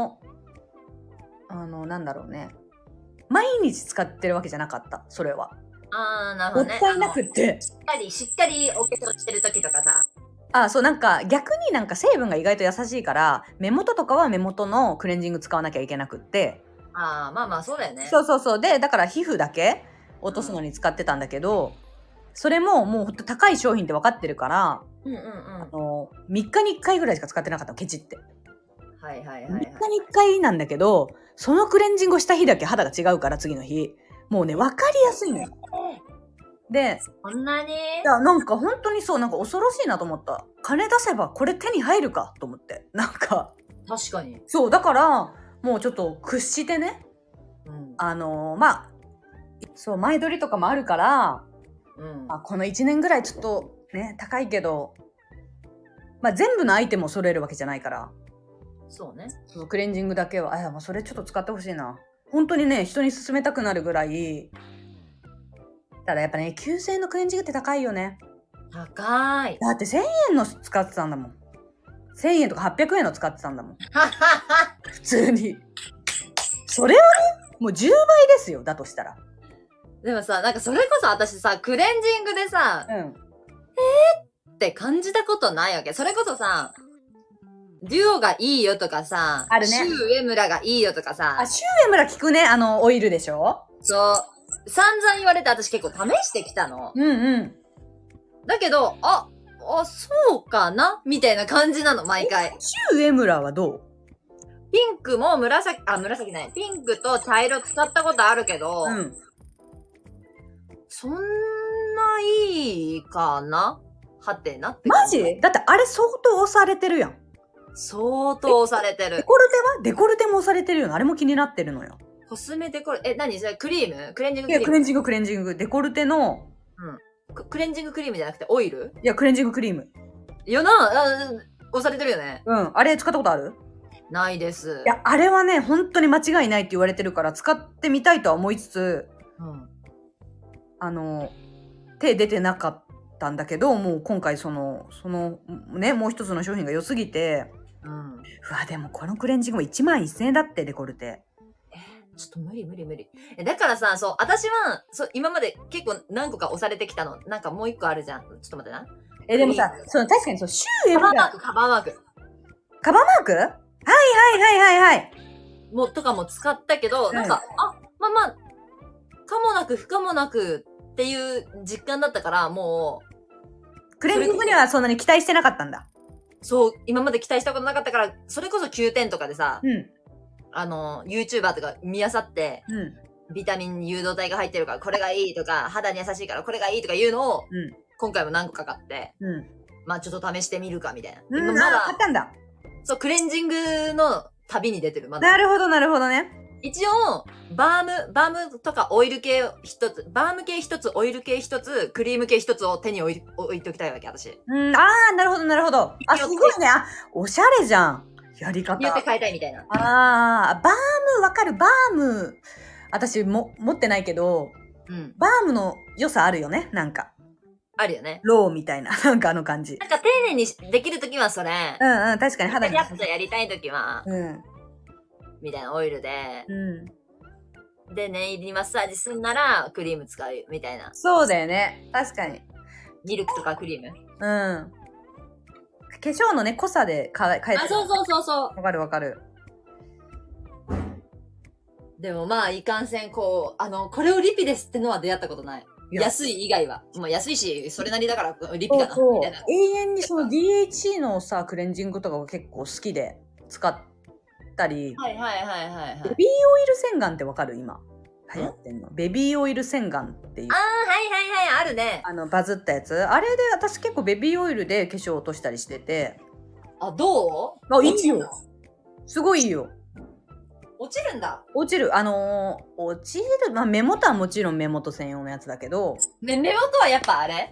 なんだろうね。毎日使ってるわけじゃなかった、それは。 なるほどね。 もったいなくて。 しっかりお化粧してる時とかさ。 そう、逆に成分が意外と優しいから、目元とかは目元のクレンジング使わなきゃいけなくって。 まあまあそうだよね。 そう。で、だから皮膚だけ落とすのに使ってたんだけど、それももうほんと高い商品って分かってるから、3日に1回ぐらいしか使ってなかったの、ケチって。 はいはいはい、 3日に1回なんだけど、そのクレンジングをした日だけ肌が違うから、次の日。もうね、分かりやすいのよ。で、 そんなに？いや、本当にそう、恐ろしいなと思った。金出せばこれ手に入るかと思って。 確かに。 そう、だから、もうちょっと屈してね。うん、そう、前撮りとかもあるから、うん、この1年ぐらいちょっとね、高いけど、全部のアイテムを揃えるわけじゃないから。 そうね。 クレンジングだけは、もうそれちょっと使ってほしいな。本当にね、人に勧めたくなるぐらい。ただやっぱね、9000円のクレンジングって高いよね。 高い。 だって1000円の使ってたんだもん。1000円とか800円の使ってたんだもん。普通に。それはね、もう10倍ですよ、だとしたら。 でもさ、それこそ私さ、クレンジングでさ、って感じたことないわけ。それこそさ、デュオがいいよとかさ、 あるね。 シュウエムラがいいよとかさ。 シュウエムラ効くね、オイルでしょ？ そう。散々言われて私結構試してきたの。だけど、そうかなみたいな感じなの、毎回。 シュウエムラはどう？ ピンクも紫ない。ピンクと茶色使ったことあるけど、そんないいかなはてなってマジ？だってあれ相当押されてるやん。 相当押されてる。 デコルテは？デコルテも押されてるよね。あれも気になってるのよ。 コスメデコルテ、何それクリーム？クレンジングクリーム？いや、 クレンジング。デコルテの、 クレンジングクリームじゃなくてオイル？ いや、クレンジングクリーム。 押されてるよね。 あれ使ったことある？ ないです。 いや、あれはね、本当に間違いないって言われてるから、使ってみたいとは思いつつ、手出てなかったんだけど、もう今回もう一つの商品が良すぎて、でもこのクレンジングも11000円だって、デコルテ。 ちょっと無理。だからさ、私は、今まで結構何個か押されてきたの。もう一個あるじゃん。ちょっと待ってな。 でもさ、確かにシュー F が。 カバーマーク。 カバーマーク？はいはいはいはいはい。 とかも使ったけど、なんか、まあ、かもなく不可もなくっていう実感だったから、もう。クレンジングにはそんなに期待してなかったんだ。 そう、今まで期待したことなかったから、それこそ9点とかでさ、YouTuber とか見漁って、ビタミン誘導体が入ってるからこれがいいとか、肌に優しいからこれがいいとか言うのを、今回も何個か買って、まあちょっと試してみるかみたいな。 まだ買ったんだ。 そう、クレンジングの旅に出てる、まだ。 なるほど、なるほどね。 一応、バームとかオイル系一つ、バーム系一つ、オイル系一つ、クリーム系一つを手に置いときたいわけ、私。 なるほど、なるほど。すごいね。おしゃれじゃん。やり方。 言って変えたいみたいな。 バーム、わかる。バーム。私持ってないけど、バームの良さあるよね、なんか。 あるよね。 ローみたいな、なんか感じ。 なんか丁寧にできるときはそれ。 確かに肌に。 やっとやりたいときは、みたいなオイルで、で、念入りマッサージすんなら、クリーム使う、みたいな。 そうだよね。確かに。 ミルクとかクリーム。 化粧のね、濃さで変えて。 そう。 わかるわかる。 でもまあ、いかんせん、これをリピですってのは出会ったことない。安い以外は。まあ安いし、それなりだからリピだな、みたいな。 永遠にその DHC のさ、クレンジングとかが結構好きで使ったり。 はい。 ベビーオイル洗顔ってわかる今。流行ってんの。ベビーオイル洗顔っていう。 はい、あるね。 バズったやつ。あれで私結構ベビーオイルで化粧落としたりしてて。 どう？ いいよ。すごいいいよ。 落ちるんだ。 落ちる。落ちる。まあ、目元はもちろん目元専用のやつだけど。 目元はやっぱあれ？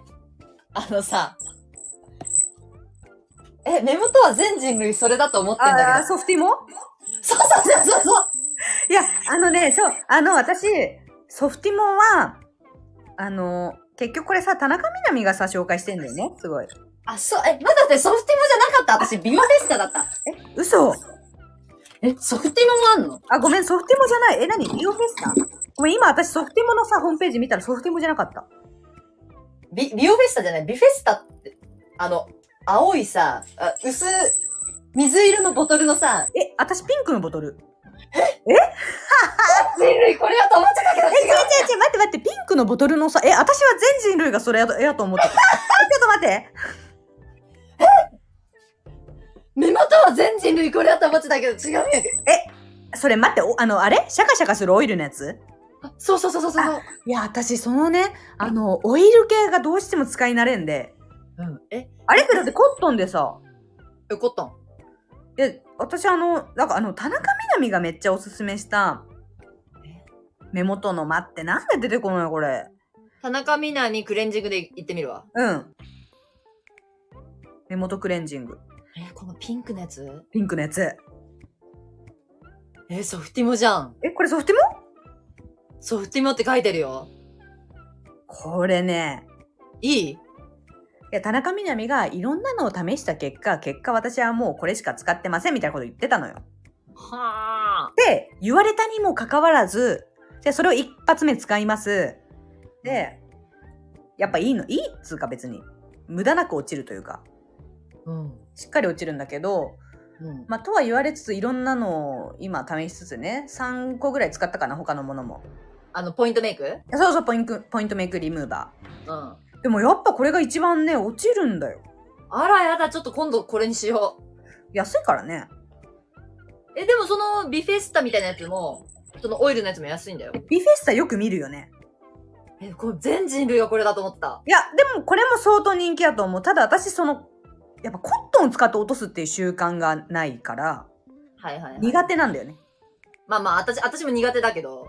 目元は全人類それだと思ってんだけど。 ソフティモ？ そう。 いや、私、ソフティモは、結局これさ、田中みな実がさ、紹介してんだよね。すごい。 まだってソフティモじゃなかった。私、ビオフェスタだった。 嘘。 ソフティモもあんの？ ごめん、ソフティモじゃない。何？ビオフェスタ？ごめん、今私ソフティモのさ、ホームページ見たらソフティモじゃなかった。 ビオフェスタじゃない？ビフェスタって、青いさ、水色のボトルのさ。 私ピンクのボトル。 人類これやと思ってたけど違う。 待って、ピンクのボトルのさ、私は全人類がそれやと思ってた。ちょっと待って。 目元は全人類これやと思ってたけど違うんやけど。 それ待って、あれシャカシャカするオイルのやつ？ そう。 いや、私そのね、オイル系がどうしても使い慣れんで。あれってだってコットンでさ。 コットン。 私なんか田中みな実がめっちゃおすすめした、目元の待って、なんで出てこないこれ。 田中みな実クレンジングで言ってみるわ。 目元クレンジング。 このピンクのやつ？ ピンクのやつ。 ソフティモじゃん。 これソフティモ？ ソフティモって書いてるよ。 これね。 いい？ 田中みな実がいろんなのを試した結果私はもうこれしか使ってませんみたいなこと言ってたのよ。 はあ。 で、言われたにもかかわらず、それを一発目使います。で、やっぱいいっつうか別に。無駄なく落ちるというか。しっかり落ちるんだけど、とは言われつついろんなのを今試しつつね、3個ぐらい使ったかな、他のものも。 ポイントメイク？ そう、ポイントメイクリムーバー。でもやっぱこれが一番ね、落ちるんだよ。 あらやだ、ちょっと今度これにしよう。 安いからね。 でもそのビフェスタみたいなやつも、そのオイルのやつも安いんだよ。 ビフェスタよく見るよね。 これ全人類がこれだと思った。 いや、でもこれも相当人気だと思う。ただ私やっぱコットンを使って落とすっていう習慣がないから、苦手なんだよね。 まあ、私も苦手だけど。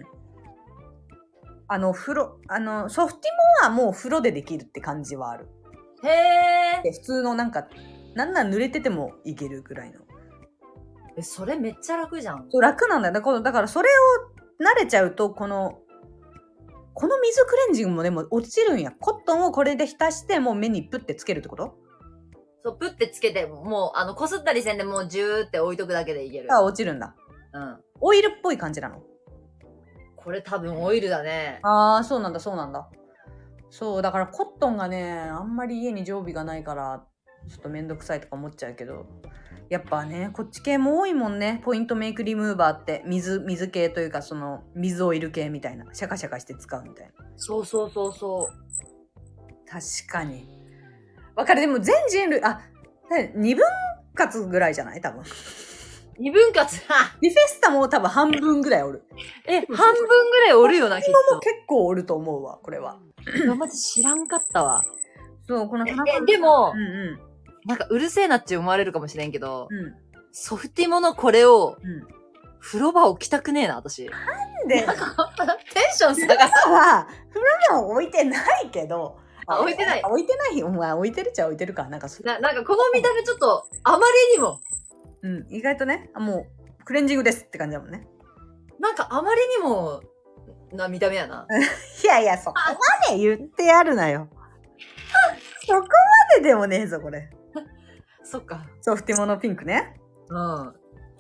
ソフティモはもう風呂でできるって感じはある。 へー。 普通のなん濡れててもいけるぐらいの。 それめっちゃ楽じゃん。 楽なんだよ。だからそれを慣れちゃうと、この水クレンジングもでも落ちるんや。コットンをこれで浸して、もう目にプッてつけるってこと？ そう、プッてつけて、もう、こすったりせんでもうジューって置いとくだけでいける。 落ちるんだ。オイルっぽい感じなの？ これ多分オイルだね。 そうなんだ。 そう、だからコットンがね、あんまり家に常備がないから、ちょっとめんどくさいとか思っちゃうけど、やっぱね、こっち系も多いもんね。ポイントメイクリムーバーって、水系というか、その、水オイル系みたいな。シャカシャカして使うみたいな。 そうそうそうそう。 確かに。わかる。でも全人類、二分割ぐらいじゃない多分。 二分割リフェスタも多分半分ぐらいおる。 半分ぐらいおるよな、きっ今も結構おると思うわ、これは。 マジ知らんかったわ。 そう、この田中でも、 うんなんかうるせえなって思われるかもしれんけど、ソフティモのこれを、風呂場置きたくねえな、私。 なんでなんか、テンション下がる。 風呂場置いてないけど。 置いてない。 置いてないお前置いてるっちゃ置いてるか。なんかこの見た目ちょっと、あまりにも。 意外とね、もう、クレンジングですって感じだもんね。 なんかあまりにも、な見た目やな。 いやいや、そこまで言ってやるなよ。そこまででもねえぞ、これ。 そっか。 ソフティモのピンクね。 うん。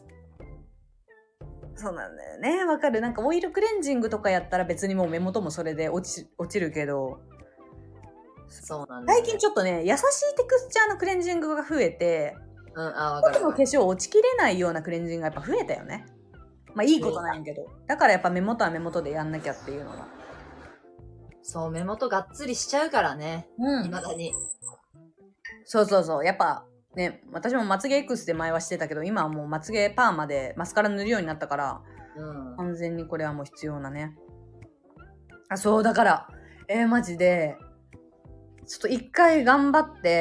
そうなんだよね。わかる。なんかオイルクレンジングとかやったら別にもう目元もそれで落ちるけど。 そうなんだ、ね。 最近ちょっとね、優しいテクスチャーのクレンジングが増えて、 わかる。 の化粧落ちきれないようなクレンジングがやっぱ増えたよね。まあいいことないんけど。だからやっぱ目元は目元でやんなきゃっていうのが。 そう、目元がっつりしちゃうからね。未だに。 そうそうそう。やっぱね、私もまつげ X で前はしてたけど、今はもうまつげパーマでマスカラ塗るようになったから、完全にこれはもう必要なね。そう、だから、マジで、ちょっと一回頑張って、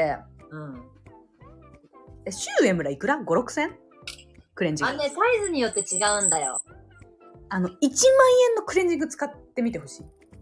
シュウエムラいくら ?5、6千クレンジング。 サイズによって違うんだよ。 1万円のクレンジング使ってみてほしい。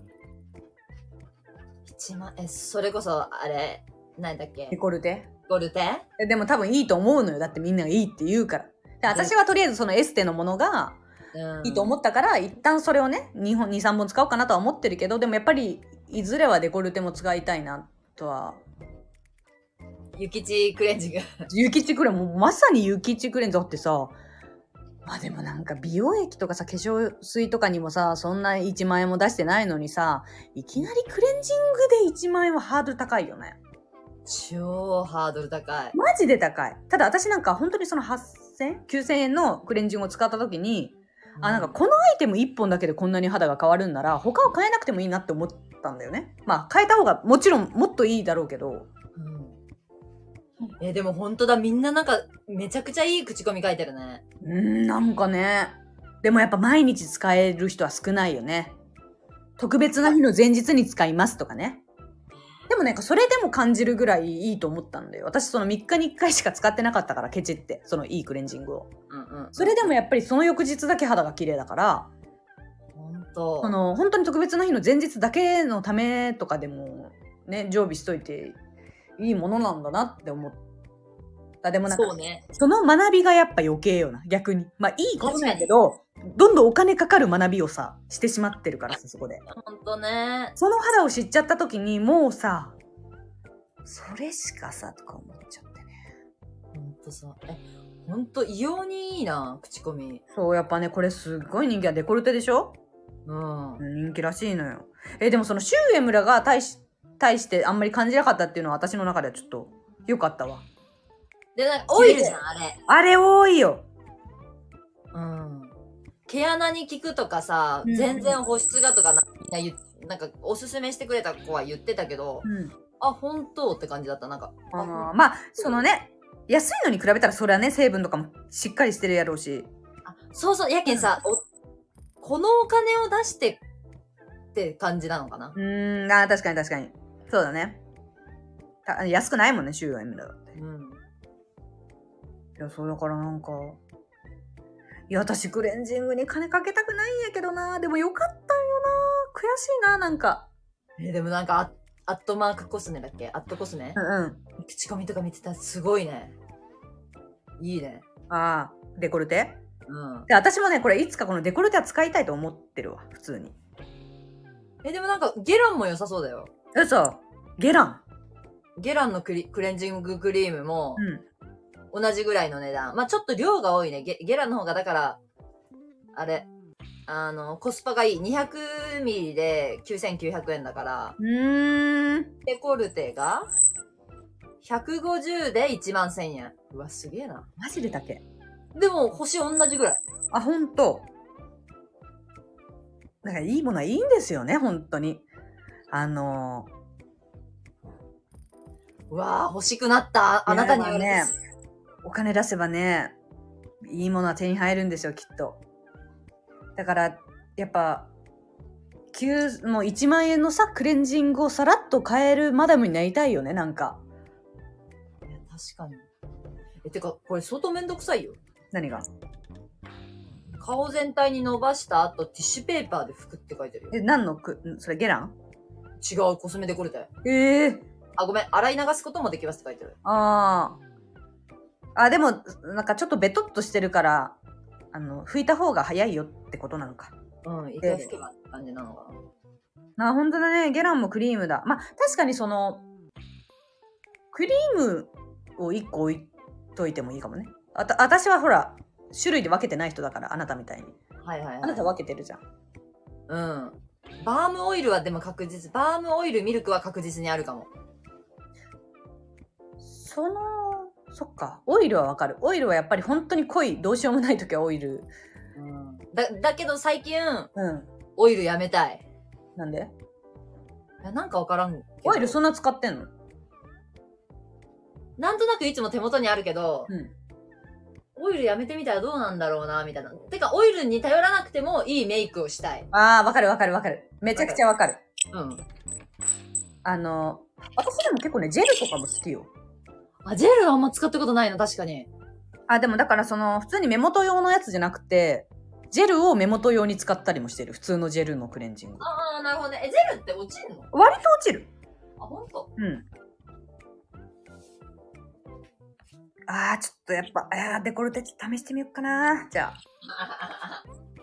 1万、それこそ、あれ、何だっけデコルテでも多分いいと思うのよ。だってみんながいいって言うから。で私はとりあえずそのエステのものがいいと思ったから、一旦それをね、2、3本使おうかなとは思ってるけど、でもやっぱり、いずれはデコルテも使いたいなとは。 ユキチクレンジング。 ユキチクレン、もうまさにユキチクレンズだってさ、まあでもなんか美容液とかさ、化粧水とかにもさ、そんな1万円も出してないのにさ、いきなりクレンジングで1万円はハードル高いよね。 超ハードル高い。 マジで高い。ただ私なんか本当にその8000、9000円のクレンジングを使った時に、なんかこのアイテム1本だけでこんなに肌が変わるんなら、他を変えなくてもいいなって思ったんだよね。まあ変えた方がもちろんもっといいだろうけど。 でも本当だ、みんななんかめちゃくちゃいい口コミ書いてるね。 なんかね。でもやっぱ毎日使える人は少ないよね。特別な日の前日に使いますとかね。でもなんかそれでも感じるぐらいいいと思ったんだよ。私その3日に1回しか使ってなかったから、ケチって。そのいいクレンジングを。それでもやっぱりその翌日だけ肌が綺麗だから、本当に特別な日の前日だけのためとかでもね、常備しといていいものなんだなって思った。でもなんか、その学びがやっぱ余計よな、逆に。まあいいことなんだけど、どんどんお金かかる学びをさ、してしまってるからさ、そこで。 ほんとね。 その肌を知っちゃった時に、もうさ、それしかさ、とか思っちゃってね。 ほんとさ、ほんと異様にいいな、口コミ。 そう、やっぱね、これすっごい人気はデコルテでしょ？人気らしいのよ。でもそのシュウエムラが対してあんまり感じなかったっていうのは私の中ではちょっと良かったわ。 で、なんかオイルじゃん、あれ。 あれ多いよ。 毛穴に効くとかさ、全然保湿がとかみんななんかおすすめしてくれた子は言ってたけど、本当って感じだった、なんか。 まあ、そのね、安いのに比べたらそれはね、成分とかもしっかりしてるやろうし。 そうそう、やけんさ、このお金を出してって感じなのかな。 確かに確かに。そうだね。安くないもんね、シュウエムラだって。いや、そうだからなんか、いや、私クレンジングに金かけたくないんやけどな。でもよかったんよな。悔しいな、なんか。 でもなんか、アットマークコスメだっけ？アットコスメ？口コミとか見てたらすごいね。いいね。 デコルテ？で、私もね、これいつかこのデコルテは使いたいと思ってるわ、普通に。 でもなんか、ゲランも良さそうだよ。 嘘？ゲランのクレンジングクリームも、同じぐらいの値段。まあちょっと量が多いね。ゲラの方がだから、あれ、 コスパがいい。200ミリで9900円だから。デコルテが150で11000円。うわ、すげえな。 マジでだけ。 でも、星同じぐらい。 あ、ほんと。だからいいものはいいんですよね、本当に。 うわぁ、欲しくなった。あなたに言われね、お金出せばね、いいものは手に入るんですよ、きっと。だから、やっぱ、もう1万円のさ、クレンジングをさらっと買えるマダムになりたいよね、なんか。 いや、確かに。てか、これ相当めんどくさいよ。 何が？ 顔全体に伸ばした後、ティッシュペーパーで拭くって書いてるよ。 何のそれゲラン？ 違う、コスメデコルテ。あ、ごめん、洗い流すこともできますって書いてる。 でも、なんかちょっとベトっとしてるから、拭いた方が早いよってことなのか。 うん、一回拭けばって感じなのかな。ほんとだね。ゲランもクリームだ。まあ、確かにその、クリームを1個置いといてもいいかもね。私はほら、種類で分けてない人だから、あなたみたいに。 はいはいはい。 あなた分けてるじゃん。 うん。バームオイルはでもバームオイルミルクは確実にあるかも。 そっか。オイルはわかる。オイルはやっぱり本当に濃い、どうしようもないときはオイル。 うん。だけど最近、オイルやめたい。 なんで？ いや、なんかわからんけど。 オイルそんな使ってんの？ なんとなくいつも手元にあるけど、オイルやめてみたらどうなんだろうな、みたいな。てか、オイルに頼らなくてもいいメイクをしたい。 わかる。めちゃくちゃわかる。 うん。 私でも結構ね、ジェルとかも好きよ。 ジェルあんま使ったことないの、確かに。 でもだから普通に目元用のやつじゃなくて、ジェルを目元用に使ったりもしてる。普通のジェルのクレンジング。 なるほどね。ジェルって落ちるの？ 割と落ちる。 ほんと？ ちょっとやっぱ、デコルテ試してみようかな。じゃあ。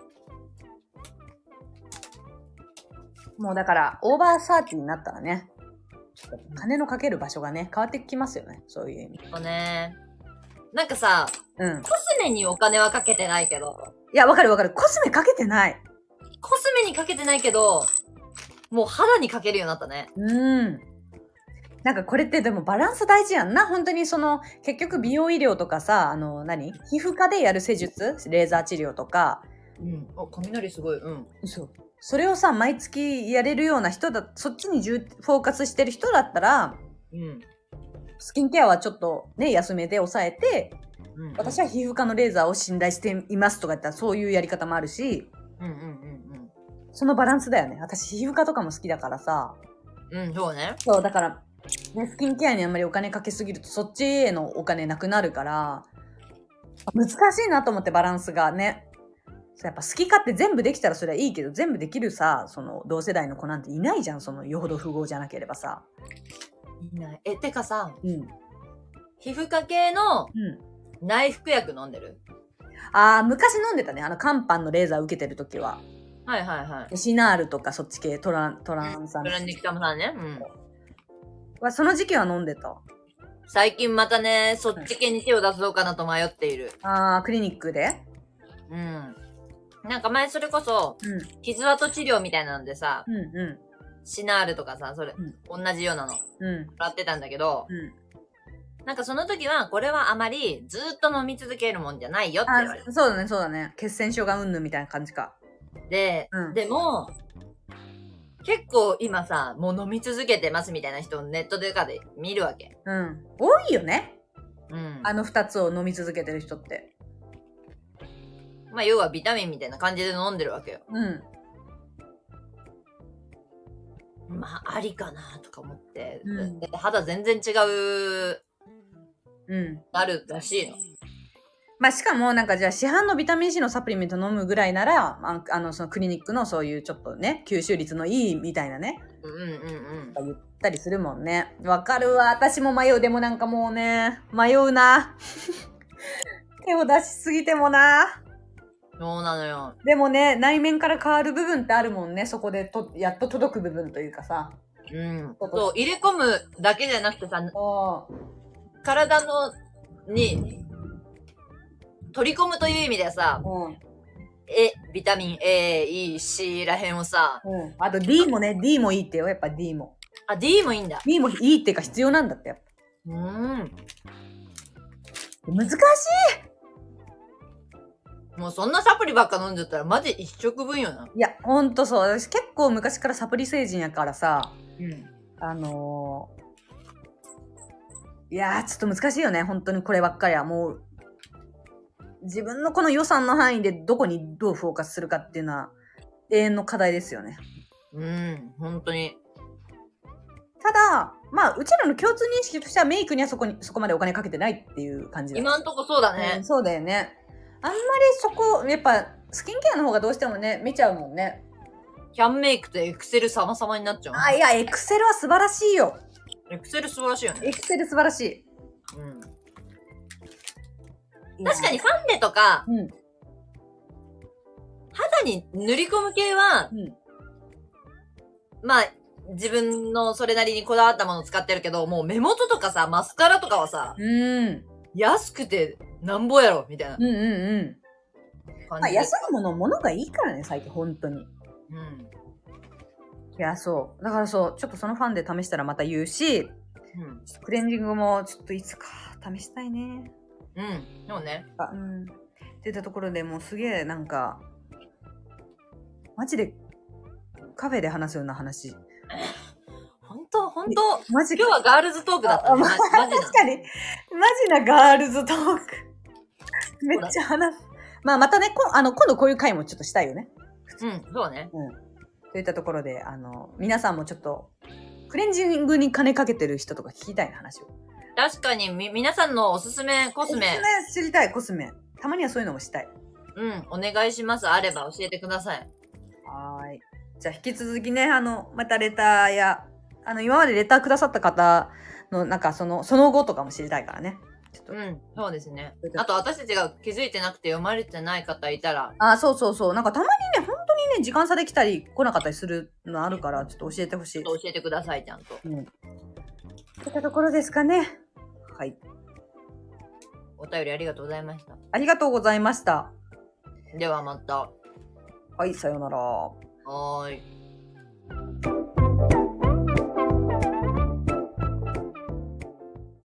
もうだから、オーバーサーティになったらね、ちょっと金のかける場所がね、変わってきますよね。そういう意味。 そうね。なんかさ、コスメにお金はかけてないけど。 いや、わかる。コスメかけてない。 コスメにかけてないけど、もう肌にかけるようになったね。 なんかこれってでもバランス大事やんな。本当に結局美容医療とかさ、皮膚科でやる施術、レーザー治療とか。 雷すごい。 そう。それをさ、毎月やれるような人そっちにフォーカスしてる人だったら、スキンケアはちょっとね、安めで抑えて、私は皮膚科のレーザーを信頼していますとか言ったらそういうやり方もあるし、そのバランスだよね。私皮膚科とかも好きだからさ。 そうね。 そう、だから、ね、スキンケアにあんまりお金かけすぎるとそっちへのお金なくなるから、難しいなと思ってバランスがね。やっぱ好き勝手全部できたらそれはいいけど、全部できるさ、同世代の子なんていないじゃん。よほど富豪じゃなければさ。 いない。てかさ、皮膚科系の内服薬飲んでる？ 昔飲んでたね。肝斑のレーザー受けてるときは。シナールとかそっち系、トラン酸。 トランニキタムさんね。 その時期は飲んでた。 最近またね、そっち系に手を出そうかなと迷っている。 クリニックで？ なんか前それこそ、傷跡治療みたいなのでさ、シナールとかさ、それ、同じようなの、もらってたんだけど、なんかその時は、これはあまりずっと飲み続けるもんじゃないよって言われて。 そうだね。血栓症がうんぬみたいな感じか。 でも、結構今さ、もう飲み続けてますみたいな人をネットで見るわけ。 多いよね。二つを飲み続けてる人って。 要はビタミンみたいな感じで飲んでるわけよ。ありかなとか思って。だって肌全然違う、なるらしいの。 しかもなんかじゃあ市販のビタミン C のサプリメント飲むぐらいなら、そのクリニックのそういうちょっとね、吸収率のいいみたいなね。言ったりするもんね。わかるわ。私も迷う。でもなんかもうね、迷うな。手を出しすぎてもな。 そうなのよ。 でもね、内面から変わる部分ってあるもんね。そこでやっと届く部分というかさ。 そう、入れ込むだけじゃなくてさ、体に取り込むという意味ではさ、 ビタミン A、E、C らへんをさ。 あと D もね、D もいいってよ、やっぱ D も。 あ、D もいいんだ。 D もいいっていうか必要なんだって、やっぱ。難しい。 もうそんなサプリばっか飲んじゃったらマジ一食分よな。 いや、ほんとそう。私結構昔からサプリ成人やからさ、いやー、ちょっと難しいよね。本当にこればっかりは。もう、自分のこの予算の範囲でどこにどうフォーカスするかっていうのは永遠の課題ですよね。 本当に。 ただ、まあ、うちらの共通認識としてはメイクにはそこまでお金かけてないっていう感じだ。 今んとこそうだね。 そうだよね。あんまりそこ、やっぱ、スキンケアの方がどうしてもね、見ちゃうもんね。 キャンメイクとエクセル様々になっちゃう。 いや、エクセルは素晴らしいよ。 エクセル素晴らしいよね。 エクセル素晴らしい。 確かにファンデとか、肌に塗り込む系は、まあ、自分のそれなりにこだわったものを使ってるけど、もう目元とかさ、マスカラとかはさ、安くてなんぼやろみたいな。まあ、安い物がいいからね、最近、本当に。いや、そう。だからそう、ちょっとそのファンで試したらまた言うし、クレンジングもちょっといつか試したいね。 そうね。 っていったところでもうすげえなんか、マジでカフェで話すような話。 ほんとマジ今日はガールズトークだったね。 確かに。マジなガールズトーク。めっちゃ話す。まあまたね、今度こういう回もちょっとしたいよね。 そうね。 といったところで、皆さんもちょっと、クレンジングに金かけてる人とか聞きたいな話を。 確かに、皆さんのおすすめコスメ。 おすすめ知りたい、コスメ。たまにはそういうのもしたい。 お願いします。あれば教えてください。 じゃあ引き続きね、またレターや、今までレターくださった方の、なんかその後とかも知りたいからね。 そうですね。あと私たちが気づいてなくて読まれてない方いたら。 そう。なんかたまにね、本当にね、時間差で来たり来なかったりするのあるから、ちょっと教えてほしい。 教えてください、ちゃんと。 といったところですかね。はい。 お便りありがとうございました。 ありがとうございました。 ではまた。 はい、さようなら。 はーい。